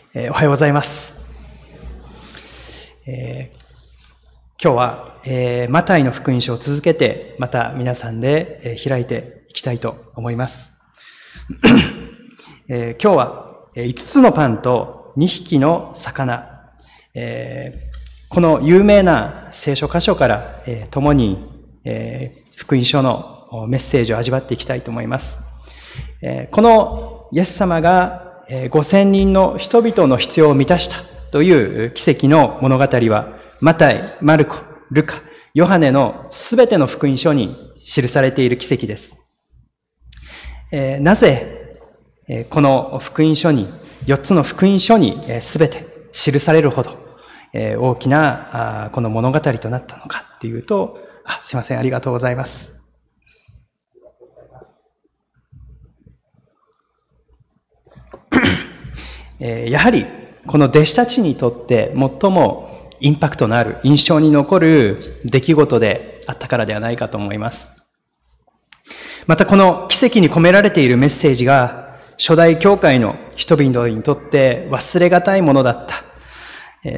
おはようございます。今日は、マタイの福音書を続けて、また皆さんで、開いていきたいと思います。今日は、5つのパンと2匹の魚、この有名な聖書箇所から、共に、福音書のメッセージを味わっていきたいと思います。このイエス様が5000人の人々の必要を満たしたという奇跡の物語は、マタイ、マルコ、ルカ、ヨハネのすべての福音書に記されている奇跡です。なぜ、この福音書に、4つの福音書にすべて記されるほど、大きなこの物語となったのかっていうと、すいません、ありがとうございます。やはり、この弟子たちにとって最もインパクトのある、印象に残る出来事であったからではないかと思います。またこの奇跡に込められているメッセージが、初代教会の人々にとって忘れがたいものだった。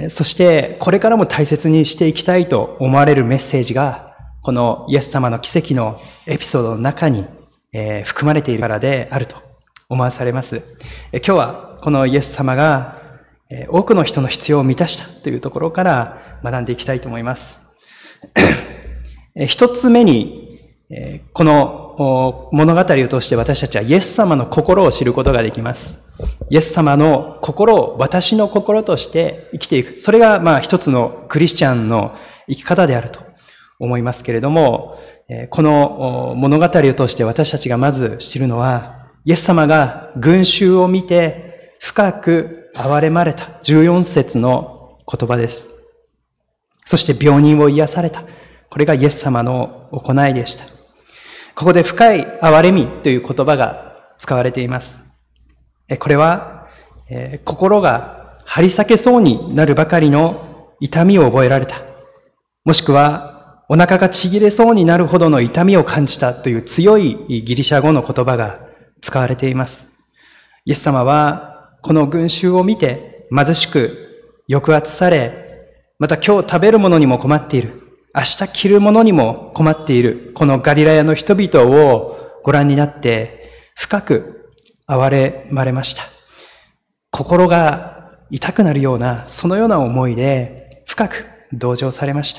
そしてこれからも大切にしていきたいと思われるメッセージが、このイエス様の奇跡のエピソードの中に含まれているからであると思わされます。今日はこのイエス様が多くの人の必要を満たしたというところから学んでいきたいと思います。一つ目に、この物語を通して私たちはイエス様の心を知ることができます。イエス様の心を私の心として生きていく。それが一つのクリスチャンの生き方であると思いますけれども、この物語を通して私たちがまず知るのは、イエス様が群衆を見て深く憐れまれた14節の言葉です。そして病人を癒された。これがイエス様の行いでした。ここで深い憐れみという言葉が使われています。これは、心が張り裂けそうになるばかりの痛みを覚えられた。もしくはお腹がちぎれそうになるほどの痛みを感じたという強いギリシャ語の言葉が使われています。イエス様はこの群衆を見て貧しく抑圧され、また今日食べるものにも困っている。明日着るものにも困っている。このガリラヤの人々をご覧になって深く憐れまれました。心が痛くなるような、そのような思いで深く同情されました。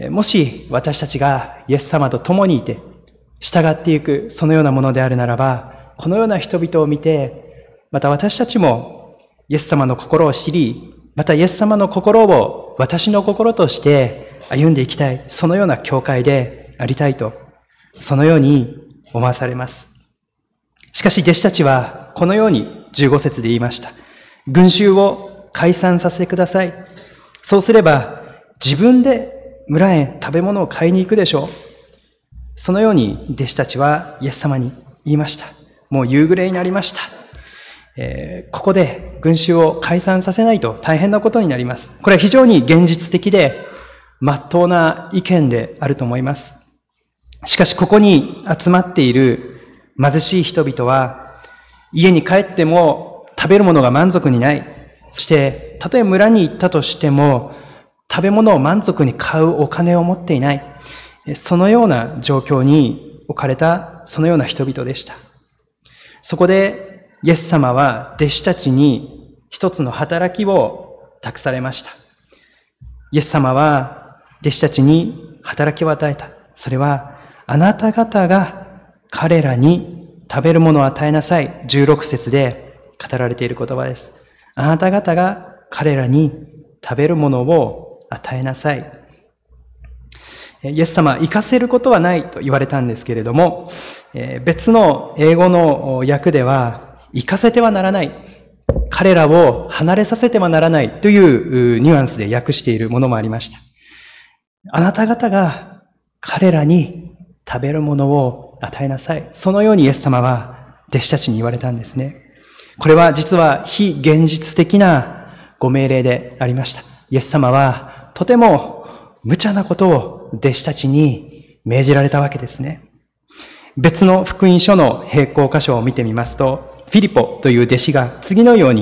もし私たちがイエス様と共にいて従っていく、そのようなものであるならば、このような人々を見て、また私たちもイエス様の心を知り、またイエス様の心を私の心として歩んでいきたい、そのような教会でありたいと、そのように思わされます。しかし弟子たちはこのように15節で言いました。群衆を解散させてください。そうすれば自分で村へ食べ物を買いに行くでしょう。そのように弟子たちはイエス様に言いました。もう夕暮れになりました。ここで群衆を解散させないと大変なことになります。これは非常に現実的で真っ当な意見であると思います。しかしここに集まっている貧しい人々は、家に帰っても食べるものが満足にない。そしてたとえ村に行ったとしても食べ物を満足に買うお金を持っていない。そのような状況に置かれた、そのような人々でした。そこでイエス様は弟子たちに一つの働きを託されました。イエス様は弟子たちに働きを与えた。それは、あなた方が彼らに食べるものを与えなさい。16節で語られている言葉です。あなた方が彼らに食べるものを与えなさい。イエス様は行かせることはないと言われたんですけれども、別の英語の訳では、行かせてはならない。彼らを離れさせてはならないというニュアンスで訳しているものもありました。あなた方が彼らに食べるものを与えなさい。そのようにイエス様は弟子たちに言われたんですね。これは実は非現実的なご命令でありました。イエス様はとても無茶なことを弟子たちに命じられたわけですね。別の福音書の並行箇所を見てみますと、フィリポという弟子が次のように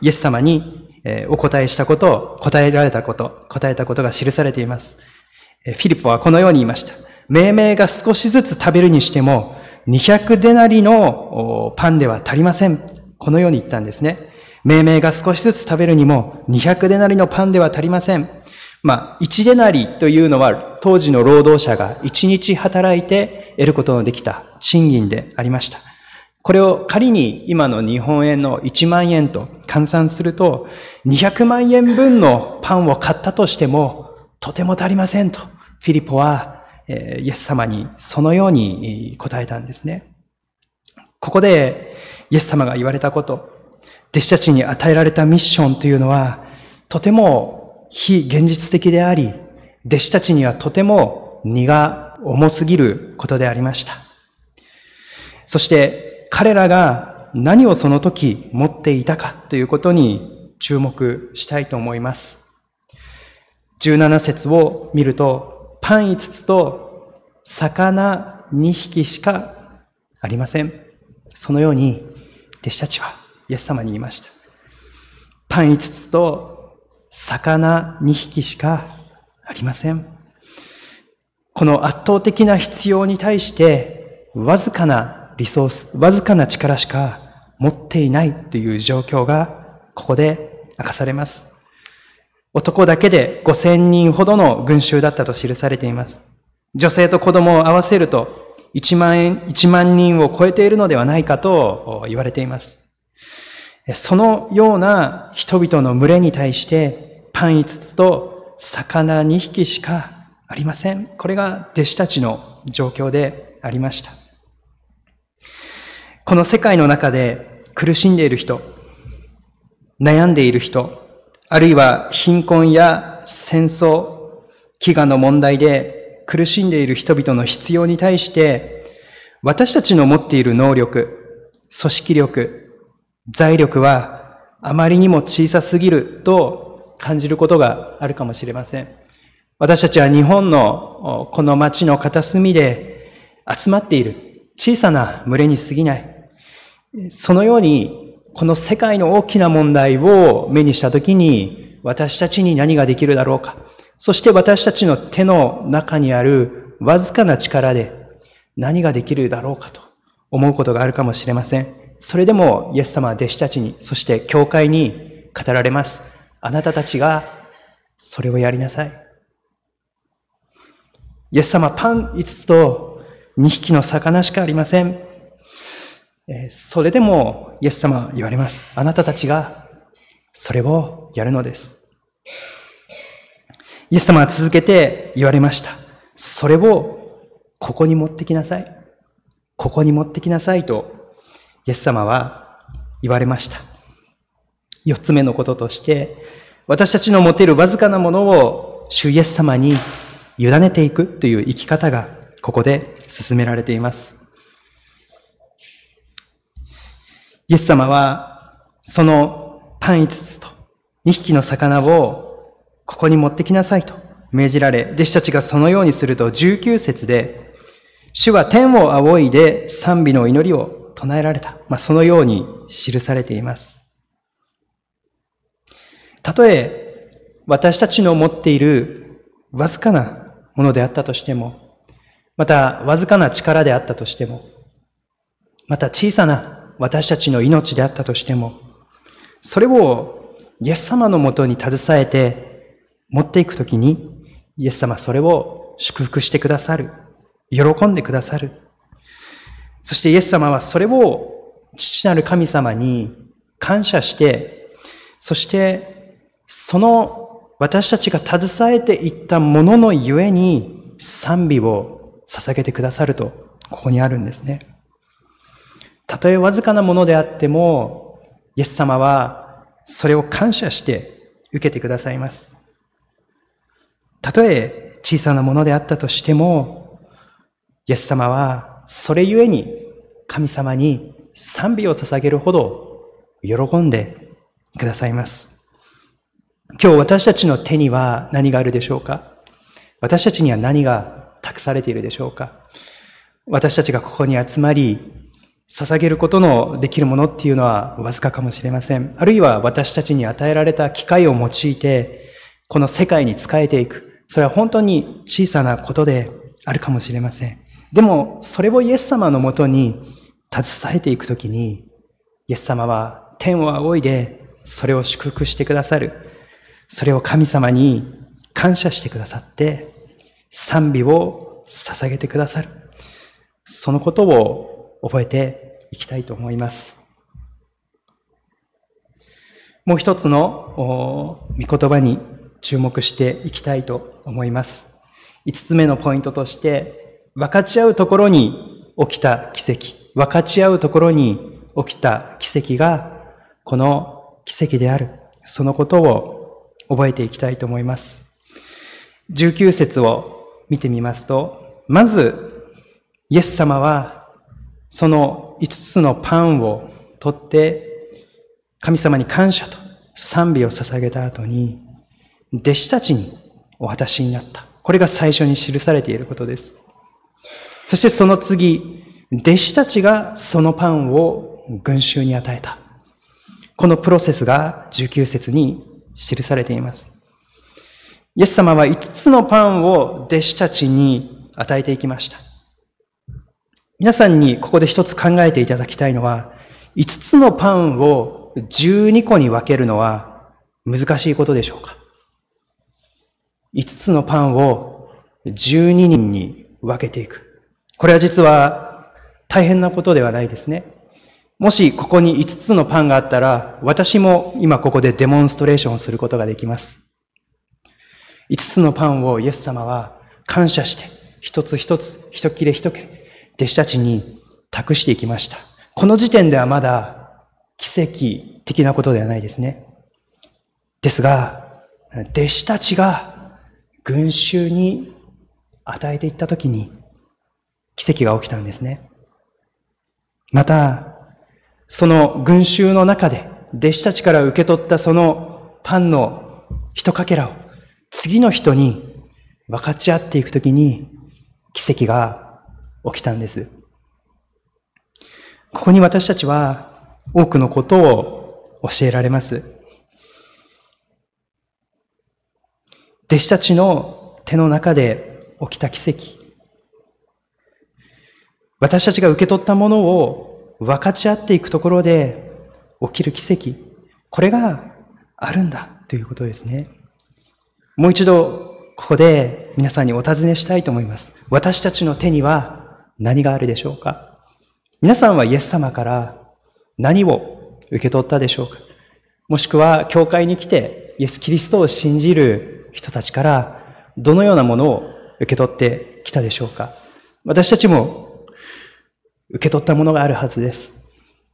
イエス様にお答えしたことを、答えたことが記されています。フィリポはこのように言いました。命名が少しずつ食べるにしても、200デナリのパンでは足りません。このように言ったんですね。命名が少しずつ食べるにも、200デナリのパンでは足りません。1デナリというのは、当時の労働者が1日働いて得ることのできた賃金でありました。これを仮に今の日本円の1万円と換算すると、200万円分のパンを買ったとしても、とても足りませんと、フィリポはイエス様にそのように答えたんですね。ここでイエス様が言われたこと、弟子たちに与えられたミッションというのは、とても非現実的であり、弟子たちにはとても荷が重すぎることでありました。そして彼らが何をその時持っていたかということに注目したいと思います。17節を見ると、パン5つと魚2匹しかありません。そのように弟子たちはイエス様に言いました。パン5つと魚2匹しかありません。この圧倒的な必要に対して、わずかなリソース、わずかな力しか持っていないという状況がここで明かされます。男だけで5000人ほどの群衆だったと記されています。女性と子供を合わせると1万人を超えているのではないかと言われています。そのような人々の群れに対してパン5つと魚2匹しかありません。これが弟子たちの状況でありました。この世界の中で苦しんでいる人、悩んでいる人、あるいは貧困や戦争、飢餓の問題で苦しんでいる人々の必要に対して、私たちの持っている能力、組織力、財力はあまりにも小さすぎると感じることがあるかもしれません。私たちは日本のこの町の片隅で集まっている小さな群れに過ぎない。そのようにこの世界の大きな問題を目にしたときに私たちに何ができるだろうか。そして私たちの手の中にあるわずかな力で何ができるだろうかと思うことがあるかもしれません。それでもイエス様は弟子たちに、そして教会に語られます。あなたたちがそれをやりなさい。イエス様、パン5つと2匹の魚しかありません。それでもイエス様は言われます。あなたたちがそれをやるのです。イエス様は続けて言われました。それをここに持ってきなさい。ここに持ってきなさいとイエス様は言われました。4つ目のこととして、私たちの持てるわずかなものを主イエス様に委ねていくという生き方がここで進められています。イエス様はそのパン5つと2匹の魚をここに持ってきなさいと命じられ、弟子たちがそのようにすると19節で、主は天を仰いで賛美の祈りを唱えられた。そのように記されています。たとえ私たちの持っているわずかなものであったとしても、またわずかな力であったとしても、また小さな私たちの命であったとしても、それをイエス様のもとに携えて持っていくときに、イエス様はそれを祝福してくださる。喜んでくださる。そしてイエス様はそれを父なる神様に感謝して、そしてその私たちが携えていったもののゆえに賛美を捧げてくださると、ここにあるんですね。たとえわずかなものであっても、イエス様はそれを感謝して受けてくださいます。たとえ小さなものであったとしても、イエス様はそれゆえに神様に賛美を捧げるほど喜んでくださいます。今日私たちの手には何があるでしょうか？私たちには何が託されているでしょうか？私たちがここに集まり、 捧げることのできるものっていうのはわずかかもしれません。あるいは私たちに与えられた機会を用いて、この世界に仕えていく。それは本当に小さなことであるかもしれません。でも、それをイエス様のもとに携えていくときに、イエス様は天を仰いで、それを祝福してくださる。それを神様に感謝してくださって、賛美を捧げてくださる。そのことを覚えていきたいと思います。もう一つの御言葉に注目していきたいと思います。5つ目のポイントとして、分かち合うところに起きた奇跡、分かち合うところに起きた奇跡が、この奇跡である。そのことを覚えていきたいと思います。19節を見てみますと、まず、イエス様は、その5つのパンを取って、神様に感謝と賛美を捧げた後に、弟子たちにお渡しになった。これが最初に記されていることです。そしてその次、弟子たちがそのパンを群衆に与えた。このプロセスが19節に記されています。イエス様は5つのパンを弟子たちに与えていきました。皆さんにここで一つ考えていただきたいのは、5つのパンを12個に分けるのは難しいことでしょうか。5つのパンを12人に分けていく。これは実は大変なことではないですね。もしここに5つのパンがあったら、私も今ここでデモンストレーションをすることができます。5つのパンをイエス様は感謝して、一つ一つ、一切れ一切れ、弟子たちに託していきました。この時点ではまだ奇跡的なことではないですね。ですが、弟子たちが群衆に与えていったときに奇跡が起きたんですね。また、その群衆の中で弟子たちから受け取ったそのパンの一かけらを次の人に分かち合っていくときに奇跡が起きたんです。ここに私たちは多くのことを教えられます。弟子たちの手の中で起きた奇跡。私たちが受け取ったものを分かち合っていくところで起きる奇跡。これがあるんだということですね。もう一度ここで皆さんにお尋ねしたいと思います。私たちの手には何があるでしょうか？皆さんはイエス様から何を受け取ったでしょうか？もしくは教会に来てイエス・キリストを信じる人たちからどのようなものを受け取ってきたでしょうか？私たちも受け取ったものがあるはずです。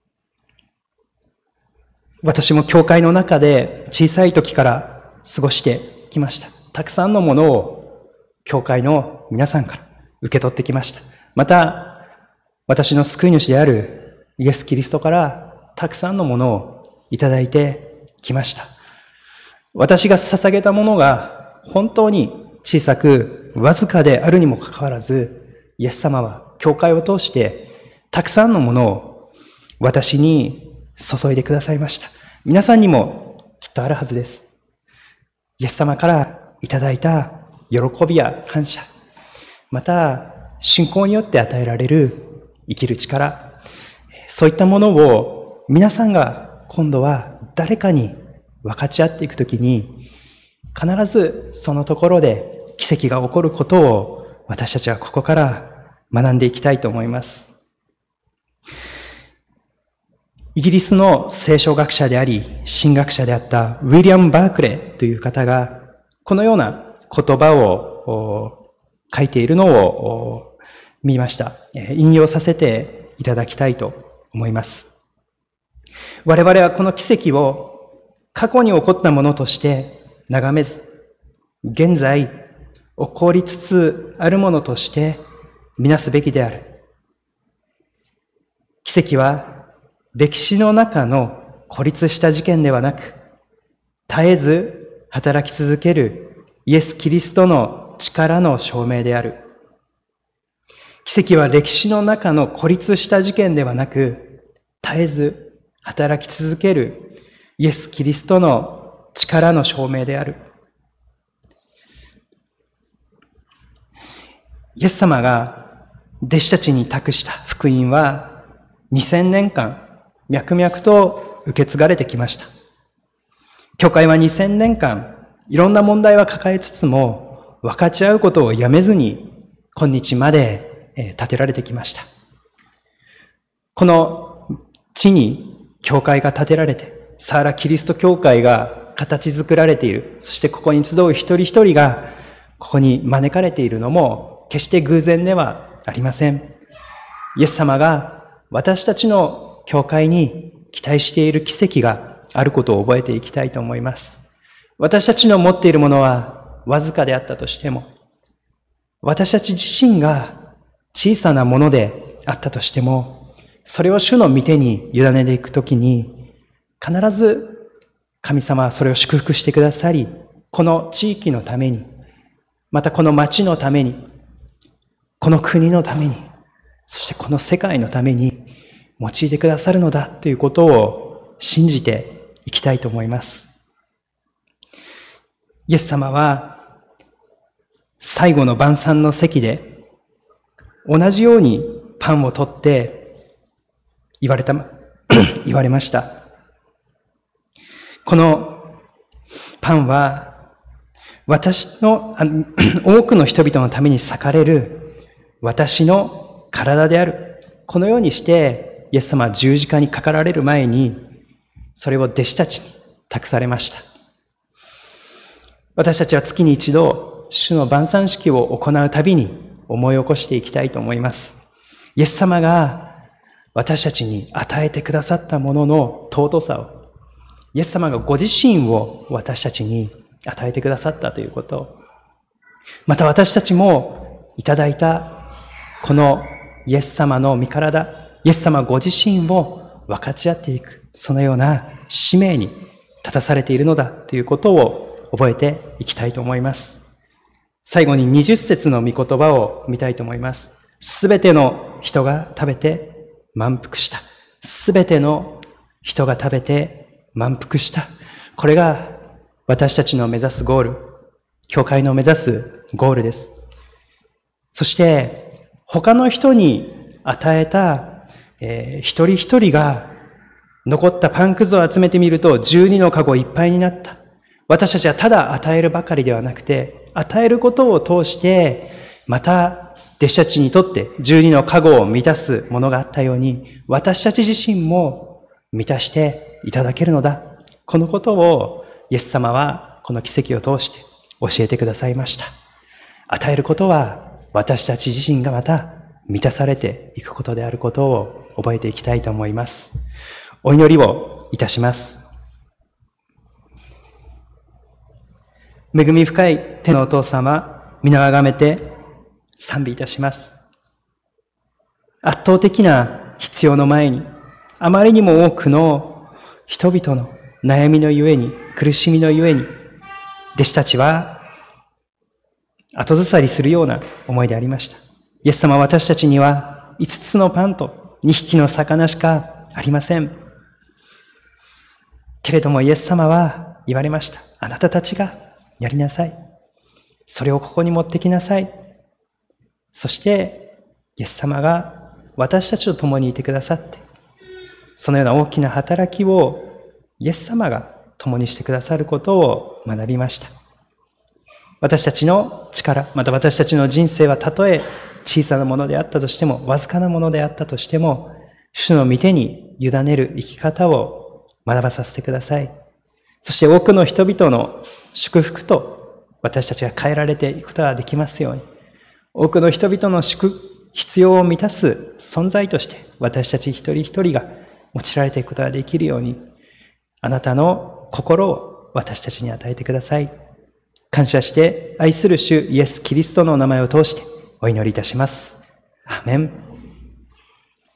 私も教会の中で小さい時から過ごしてきました。たくさんのものを教会の皆さんから受け取ってきました。また、私の救い主であるイエス・キリストからたくさんのものをいただいてきました。私が捧げたものが本当に小さくわずかであるにもかかわらず、イエス様は教会を通してたくさんのものを私に注いでくださいました。皆さんにもきっとあるはずです。イエス様からいただいた喜びや感謝、また信仰によって与えられる生きる力、そういったものを皆さんが今度は誰かに分かち合っていくときに、必ずそのところで奇跡が起こることを私たちはここから学んでいきたいと思います。イギリスの聖書学者であり、神学者であったウィリアム・バークレーという方が、このような言葉を書いているのを見ました。引用させていただきたいと思います。我々はこの奇跡を過去に起こったものとして眺めず、現在起こりつつあるものとして見なすべきである。奇跡は歴史の中の孤立した事件ではなく、絶えず働き続けるイエス・キリストの力の証明である。 奇跡は歴史の中の孤立した事件ではなく、絶えず働き続けるイエス・キリストの力の証明である。イエス様が弟子たちに託した福音は2000年間脈々と受け継がれてきました。教会は2000年間いろんな問題は抱えつつも分かち合うことをやめずに今日まで建てられてきました。この地に教会が建てられて、サーラキリスト教会が形作られている。そしてここに集う一人一人がここに招かれているのも決して偶然ではありません。イエス様が私たちの教会に期待している奇跡があることを覚えていきたいと思います。私たちの持っているものはわずかであったとしても、私たち自身が小さなものであったとしても、それを主の御手に委ねていくときに、必ず神様はそれを祝福してくださり、この地域のために、またこの町のために、この国のために、そしてこの世界のために用いてくださるのだということを信じていきたいと思います。イエス様は最後の晩餐の席で同じようにパンを取って言われました。このパンは私の多くの人々のために裂かれる私の体である。このようにしてイエス様は十字架にかかられる前にそれを弟子たちに託されました。私たちは月に一度主の晩餐式を行うたびに思い起こしていきたいと思います。イエス様が私たちに与えてくださったものの尊さを、イエス様がご自身を私たちに与えてくださったということを、また私たちもいただいたこのイエス様の御体、イエス様ご自身を分かち合っていく、そのような使命に立たされているのだということを覚えていきたいと思います。最後に20節の御言葉を見たいと思います。すべての人が食べて満腹した。すべての人が食べて満腹した。これが私たちの目指すゴール、教会の目指すゴールです。そして他の人に与えた、一人一人が残ったパンくずを集めてみると12のカゴいっぱいになった。私たちはただ与えるばかりではなくて、与えることを通して、また弟子たちにとって12のカゴを満たすものがあったように、私たち自身も満たしていただけるのだ。このことをイエス様はこの奇跡を通して教えてくださいました。与えることは私たち自身がまた満たされていくことであることを覚えていきたいと思います。お祈りをいたします。恵み深い天のお父様、皆をあがめて賛美いたします。圧倒的な必要の前に、あまりにも多くの人々の悩みのゆえに、苦しみのゆえに、弟子たちは後ずさりするような思いでありました。イエス様は私たちには5つのパンと2匹の魚しかありません。けれどもイエス様は言われました。あなたたちがやりなさい。それをここに持ってきなさい。そしてイエス様が私たちと共にいてくださって、そのような大きな働きをイエス様が共にしてくださることを学びました。私たちの力、また私たちの人生はたとえ小さなものであったとしても、わずかなものであったとしても、主の御手に委ねる生き方を学ばさせてください。そして多くの人々の祝福と私たちが変えられていくことができますように、多くの人々の必要を満たす存在として私たち一人一人が用いられていくことができるように、あなたの心を私たちに与えてください。感謝して愛する主イエス・キリストのお名前を通してお祈りいたします。アーメン。